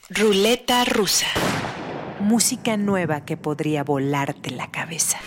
Ruleta rusa. Música nueva que podría volarte la cabeza.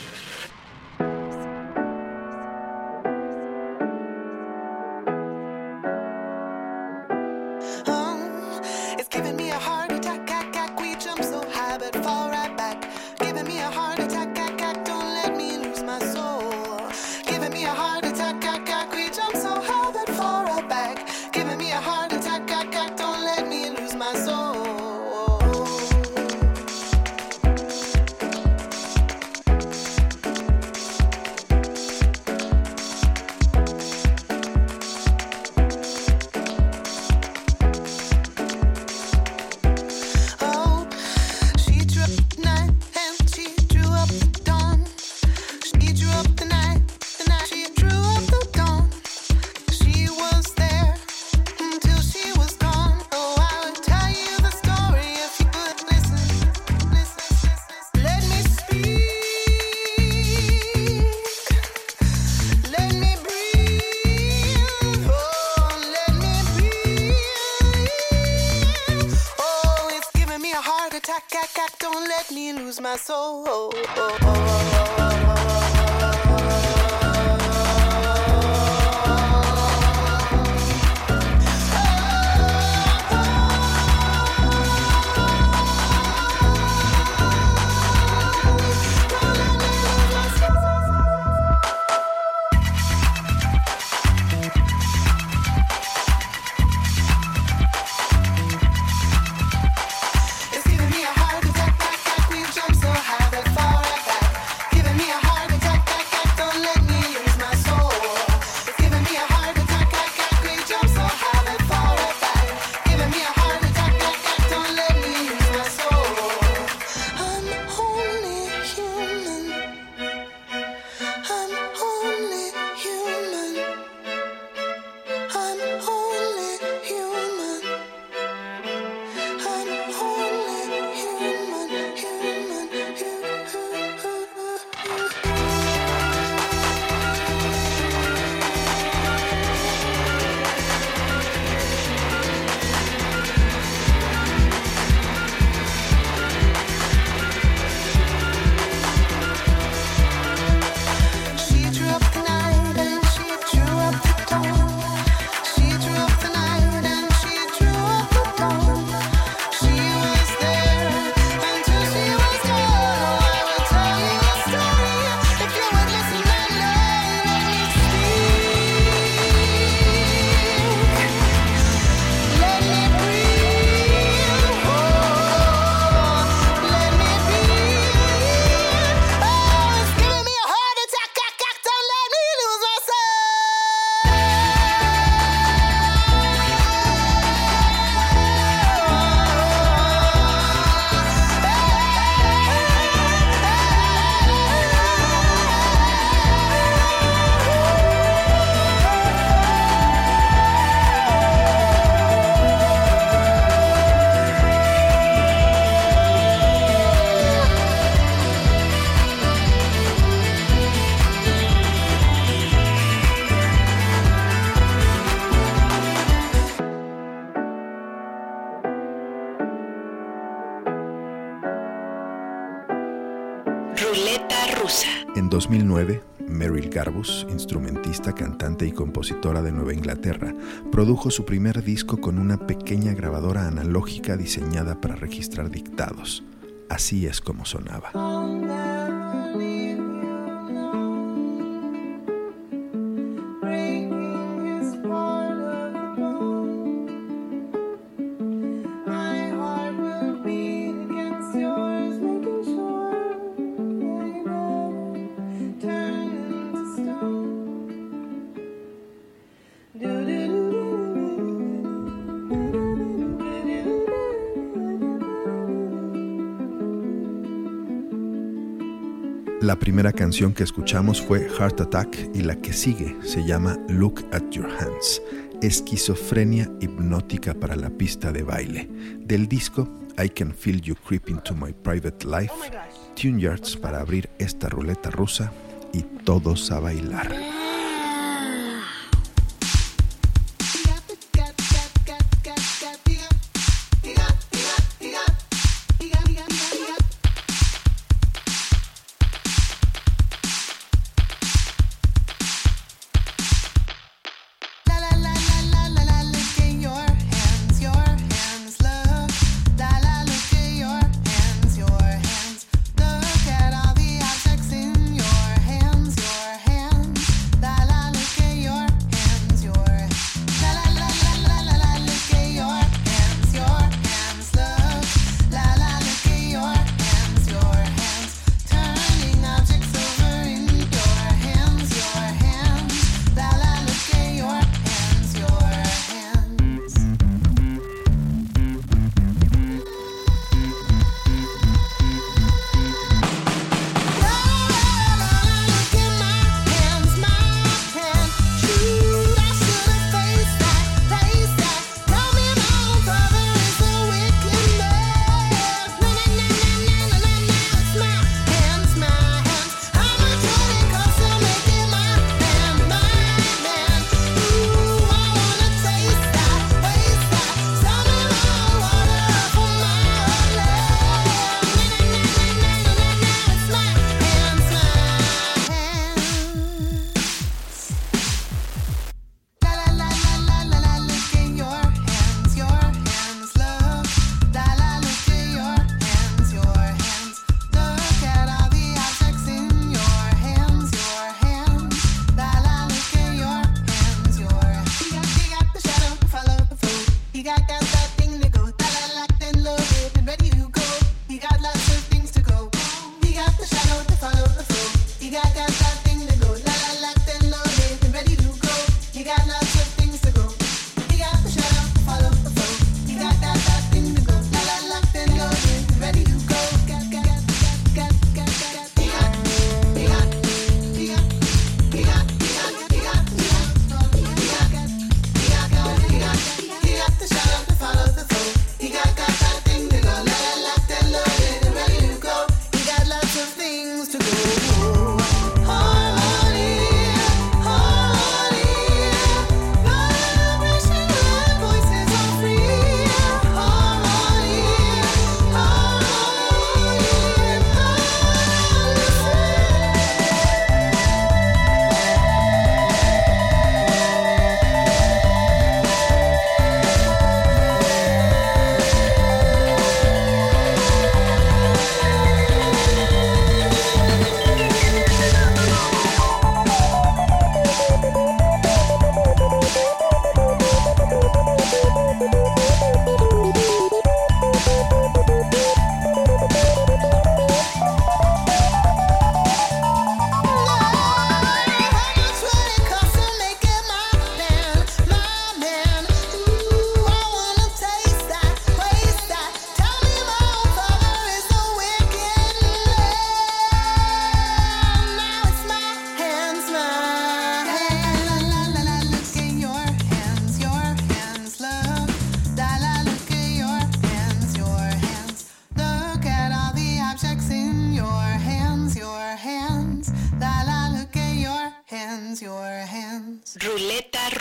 En 2009, Merrill Garbus, instrumentista, cantante y compositora de Nueva Inglaterra, produjo su primer disco con una pequeña grabadora analógica diseñada para registrar dictados. Así es como sonaba. La primera canción que escuchamos fue Heart Attack y la que sigue se llama Look at Your Hands, esquizofrenia hipnótica para la pista de baile. Del disco I Can Feel You Creep Into My Private Life, Tune Yards para abrir esta ruleta rusa y todos a bailar.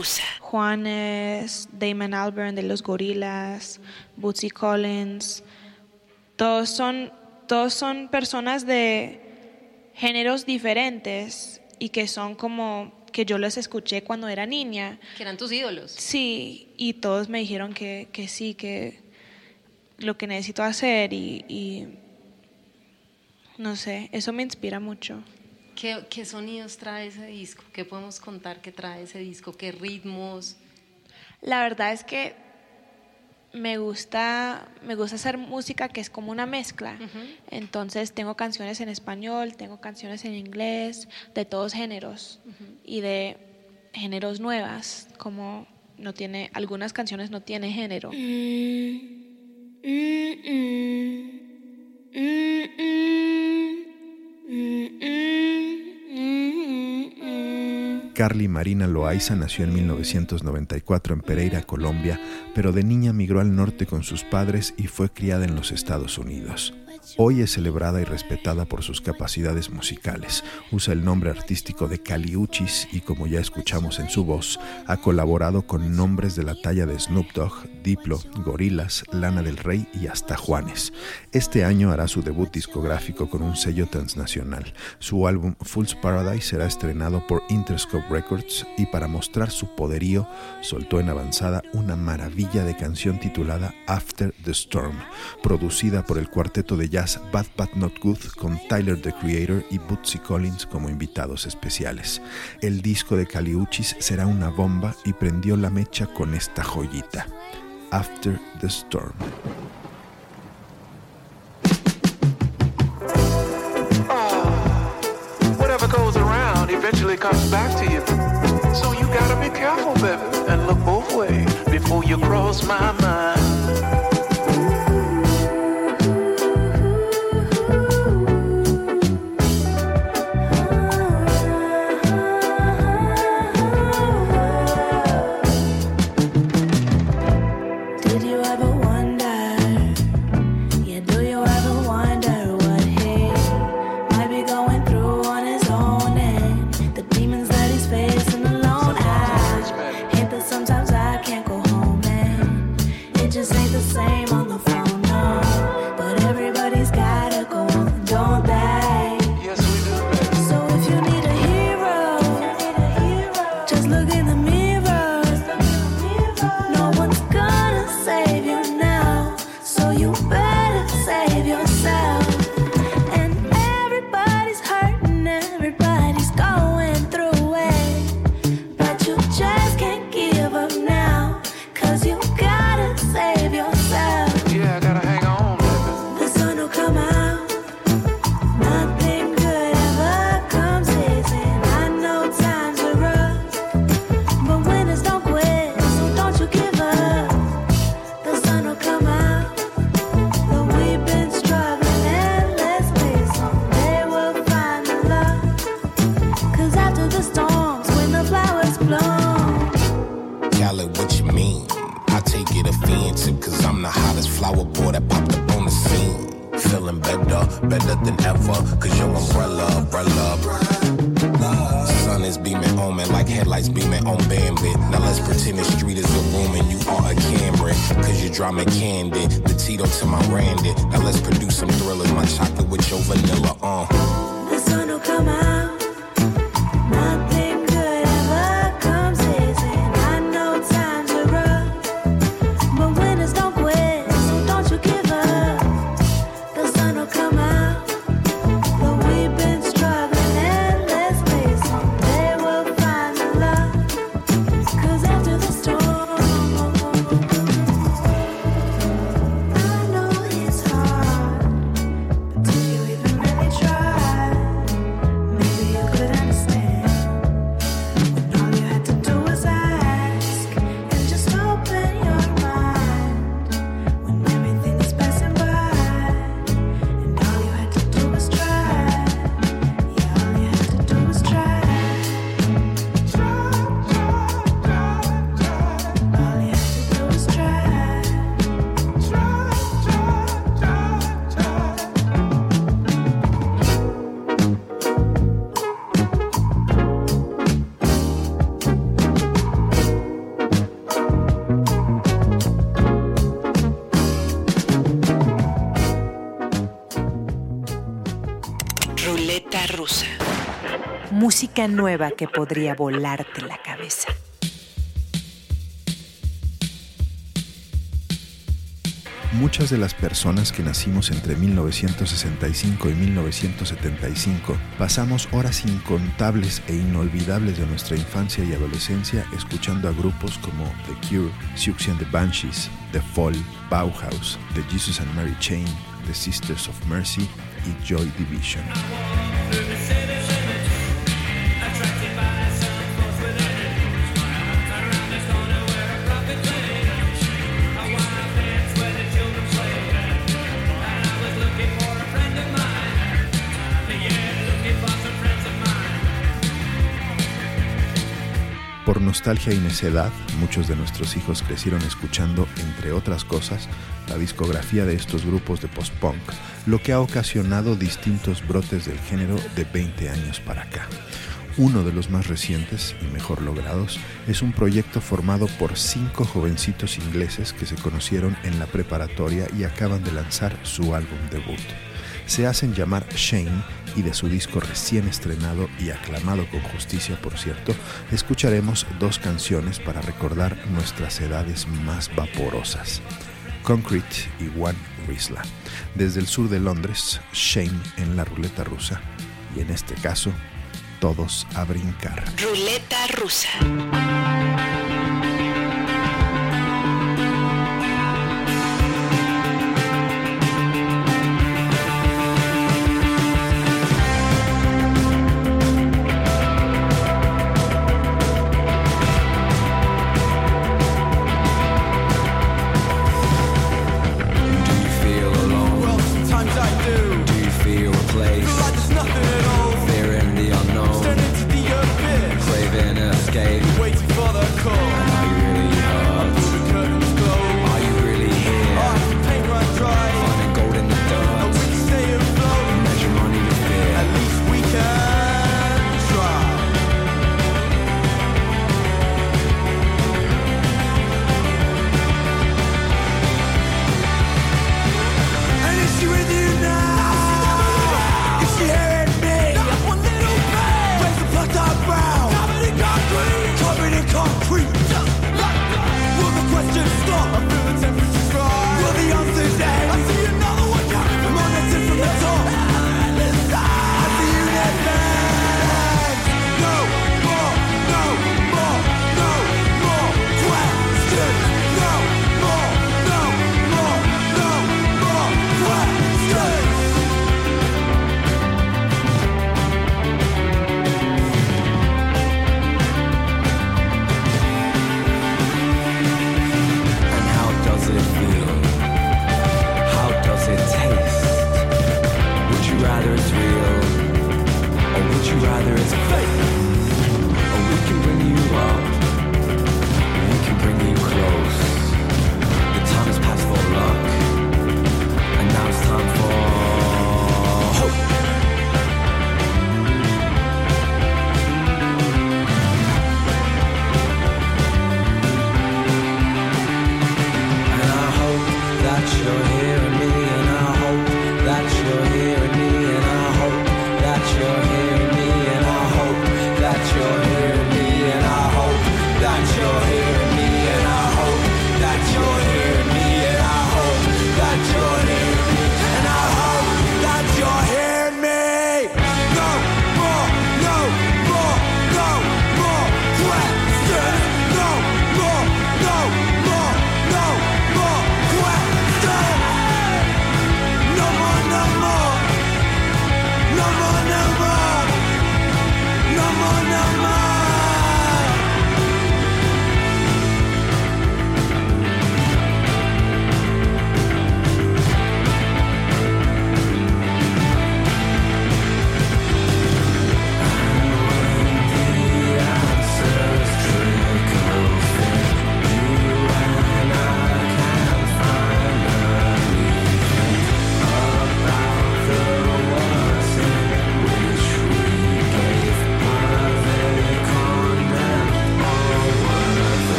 Tusa. Juanes, Damon Albarn de los Gorillaz, Bootsy Collins, todos son personas de géneros diferentes y que son como que yo los escuché cuando era niña. Que eran tus ídolos. Sí, y todos me dijeron que sí, que lo que necesito hacer y no sé, eso me inspira mucho. ¿Qué sonidos trae ese disco? ¿Qué podemos contar que trae ese disco? ¿Qué ritmos? La verdad es que me gusta hacer música que es como una mezcla. Entonces tengo canciones en español, tengo canciones en inglés, de todos géneros y de géneros nuevas, como algunas canciones no tienen género. Carly Marina Loaiza nació en 1994 en Pereira, Colombia, pero de niña migró al norte con sus padres y fue criada en los Estados Unidos. Hoy es celebrada y respetada por sus capacidades musicales. Usa el nombre artístico de Caliuchis y, como ya escuchamos en su voz, ha colaborado con nombres de la talla de Snoop Dogg, Diplo, Gorillaz, Lana del Rey y hasta Juanes. Este año hará su debut discográfico con un sello transnacional. Su álbum Fool's Paradise será estrenado por Interscope Records y, para mostrar su poderío, soltó en avanzada una maravilla de canción titulada After the Storm, producida por el cuarteto de jazz Bad But Not Good, con Tyler the Creator y Bootsy Collins como invitados especiales. El disco de Caliuchis será una bomba y prendió la mecha con esta joyita, After the Storm. Whatever goes around eventually comes back to you. So you gotta be careful, baby, and look both ways before you cross my mind. Maybe rusa. Música nueva que podría volarte la cabeza. Muchas de las personas que nacimos entre 1965 y 1975 pasamos horas incontables e inolvidables de nuestra infancia y adolescencia escuchando a grupos como The Cure, Siouxsie and the Banshees, The Fall, Bauhaus, The Jesus and Mary Chain, The Sisters of Mercy y Joy Division. Por nostalgia y necedad, muchos de nuestros hijos crecieron escuchando, entre otras cosas, la discografía de estos grupos de post-punk, lo que ha ocasionado distintos brotes del género de 20 años para acá. Uno de los más recientes y mejor logrados es un proyecto formado por 5 jovencitos ingleses que se conocieron en la preparatoria y acaban de lanzar su álbum debut. Se hacen llamar Shame y de su disco recién estrenado y aclamado con justicia, por cierto, escucharemos 2 canciones para recordar nuestras edades más vaporosas. Concrete y One Rizla. Desde el sur de Londres, Shame en la ruleta rusa y en este caso, todos a brincar. Ruleta rusa. Waiting for the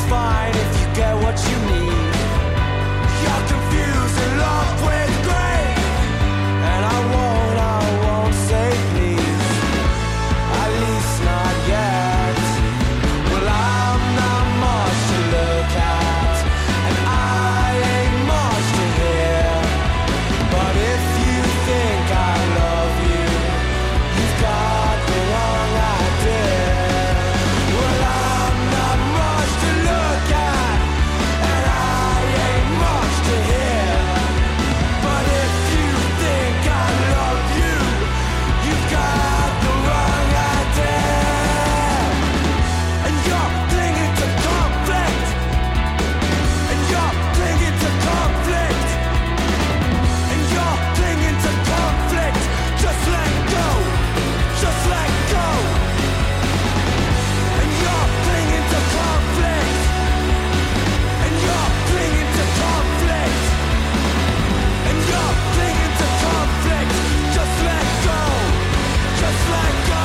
fine if you get what you need. You're confusing love with greed, and I won't say please, at least not yet. Well, I'm not much to look at, and I ain't much to hear, but if you think I love you, you've got the wrong idea. Well, I'm not much to look at, and I ain't much to hear, but if you think I love you, you've got the wrong idea. And you're clinging to conflict, and you're clinging to conflict, and you're clinging to conflict. Just let go, just let go. And you're clinging to conflict, and you're clinging to conflict, and you're clinging to conflict. Just let go, just let go.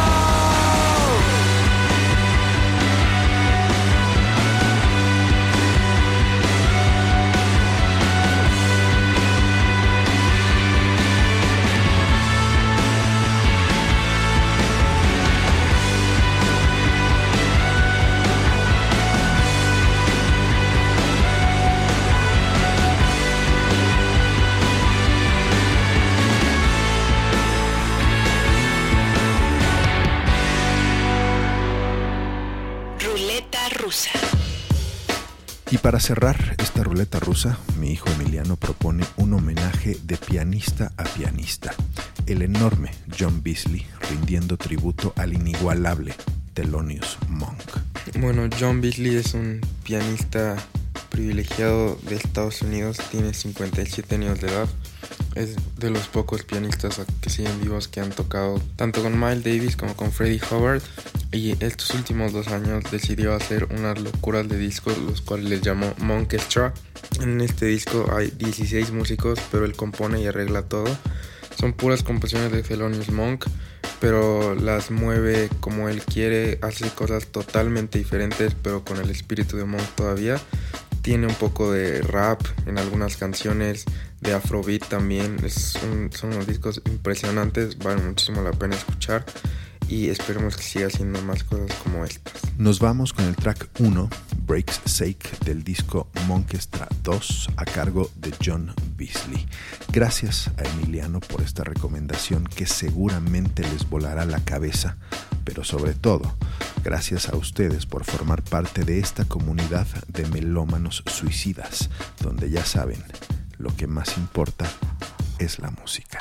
Ruleta rusa. Y para cerrar esta ruleta rusa, mi hijo Emiliano propone un homenaje de pianista a pianista. El enorme John Beasley rindiendo tributo al inigualable Thelonious Monk. Bueno, John Beasley es un pianista privilegiado de Estados Unidos, tiene 57 años de edad. Es de los pocos pianistas que siguen vivos que han tocado tanto con Miles Davis como con Freddie Hubbard, y estos últimos 2 años decidió hacer unas locuras de discos, los cuales les llamó Monkestra. En este disco hay 16 músicos, pero él compone y arregla todo. Son puras composiciones de Thelonious Monk, pero las mueve como él quiere, hace cosas totalmente diferentes, pero con el espíritu de Monk todavía. Tiene un poco de rap en algunas canciones, de afrobeat también. Son unos discos impresionantes, vale muchísimo la pena escuchar, y esperemos que siga haciendo más cosas como estas. Nos vamos con el track 1, Break's Sake, del disco Monkestra 2, a cargo de John Beasley. Gracias a Emiliano por esta recomendación que seguramente les volará la cabeza, pero sobre todo, gracias a ustedes por formar parte de esta comunidad de melómanos suicidas, donde ya saben, lo que más importa es la música.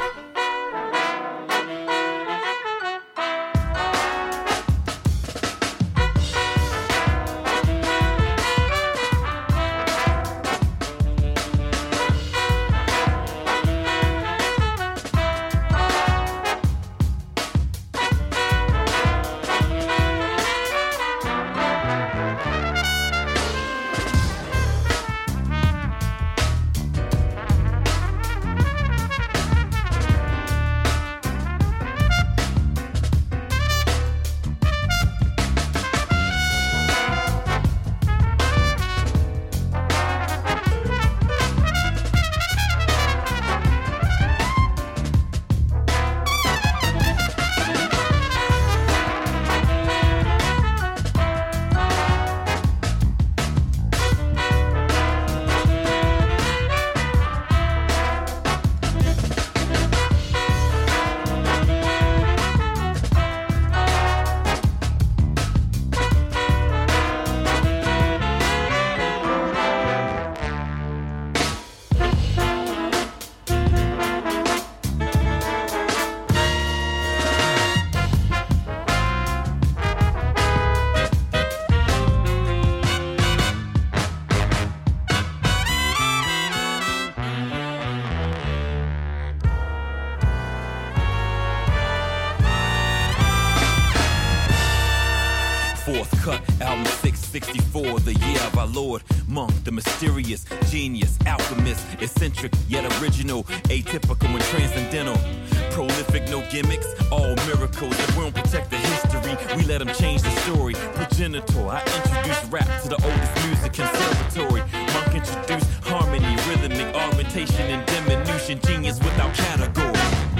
Fourth cut, album 664, the year of our Lord. Monk, the mysterious, genius, alchemist, eccentric, yet original, atypical and transcendental. Prolific, no gimmicks, all miracles. If we don't protect the history, we let them change the story. Progenitor, I introduced rap to the oldest music conservatory. Monk introduced harmony, rhythmic augmentation, and diminution. Genius without category.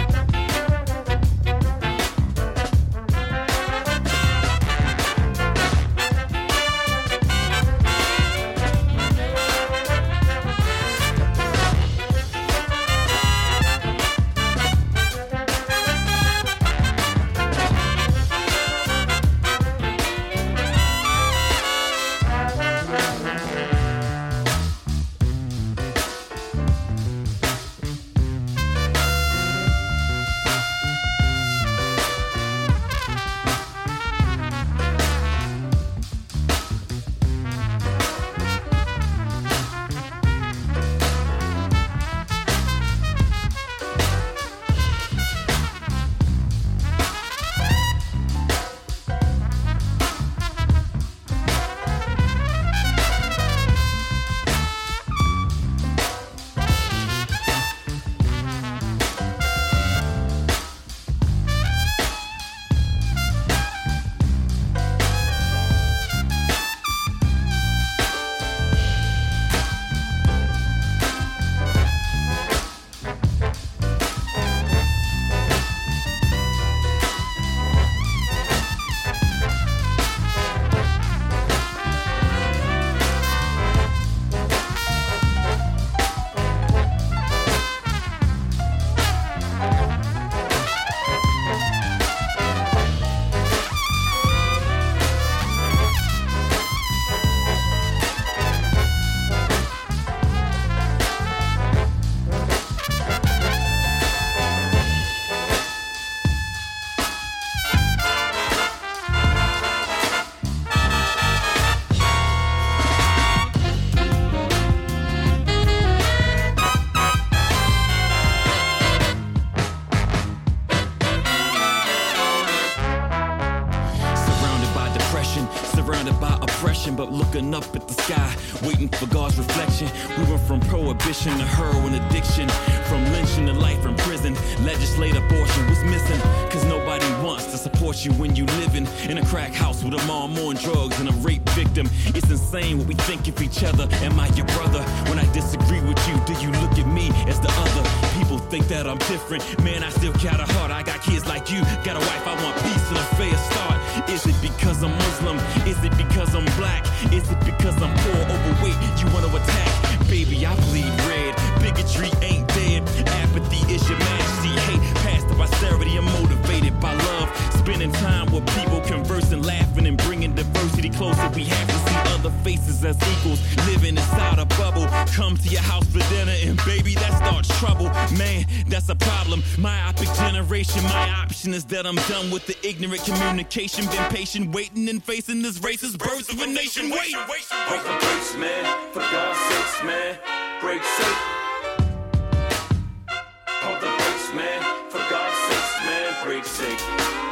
But looking up at the sky, waiting for God's reflection. We went from prohibition to heroin addiction, from lynching to life in prison. Legislate abortion was missing, cause nobody wants to support you when you living in a crack house with a mom on drugs and a rape victim. It's insane what we think of each other. Am I your brother? When I disagree with you, do you look at me as the other? People think that I'm different. Man, I still got a heart. I got kids like you, got a wife. I want peace and a fair start. Is it because I'm Muslim? Is it because I'm black? Is it because I'm poor, overweight, you wanna attack? Baby, I bleed red, bigotry ain't dead. Apathy is your majesty, hate past the posterity. I'm motivated by love, spending time with people, conversing, laughing, and bringing diversity closer. We have to see other faces as equals, living inside a bubble. Come to your house for dinner and baby, that starts trouble. Man, that's a problem. Myopic generation, my option is that I'm done with the ignorant communication. Been patient, waiting and facing this racist birth of a nation. Wait, Pump the brakes, man, for God's sakes, man. Break safe. Pump the brakes, man, for God's sakes, man. Break safe.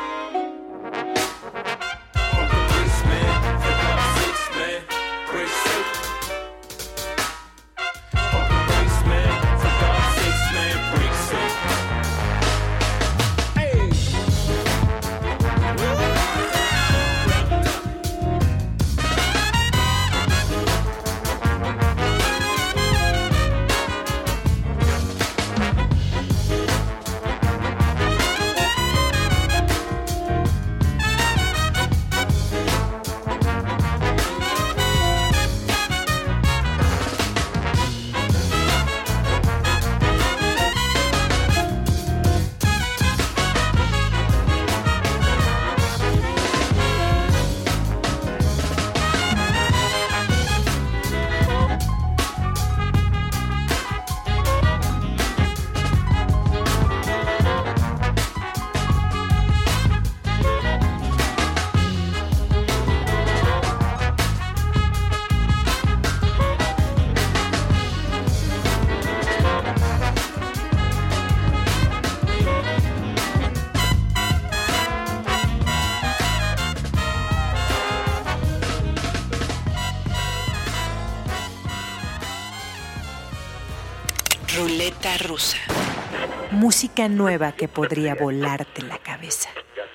Pump the brakes, man, for God's sakes, man. Break safe. Pump the brakes, man, for God's sakes, man. Break safe. Ruleta rusa. Música nueva que podría volarte la cabeza.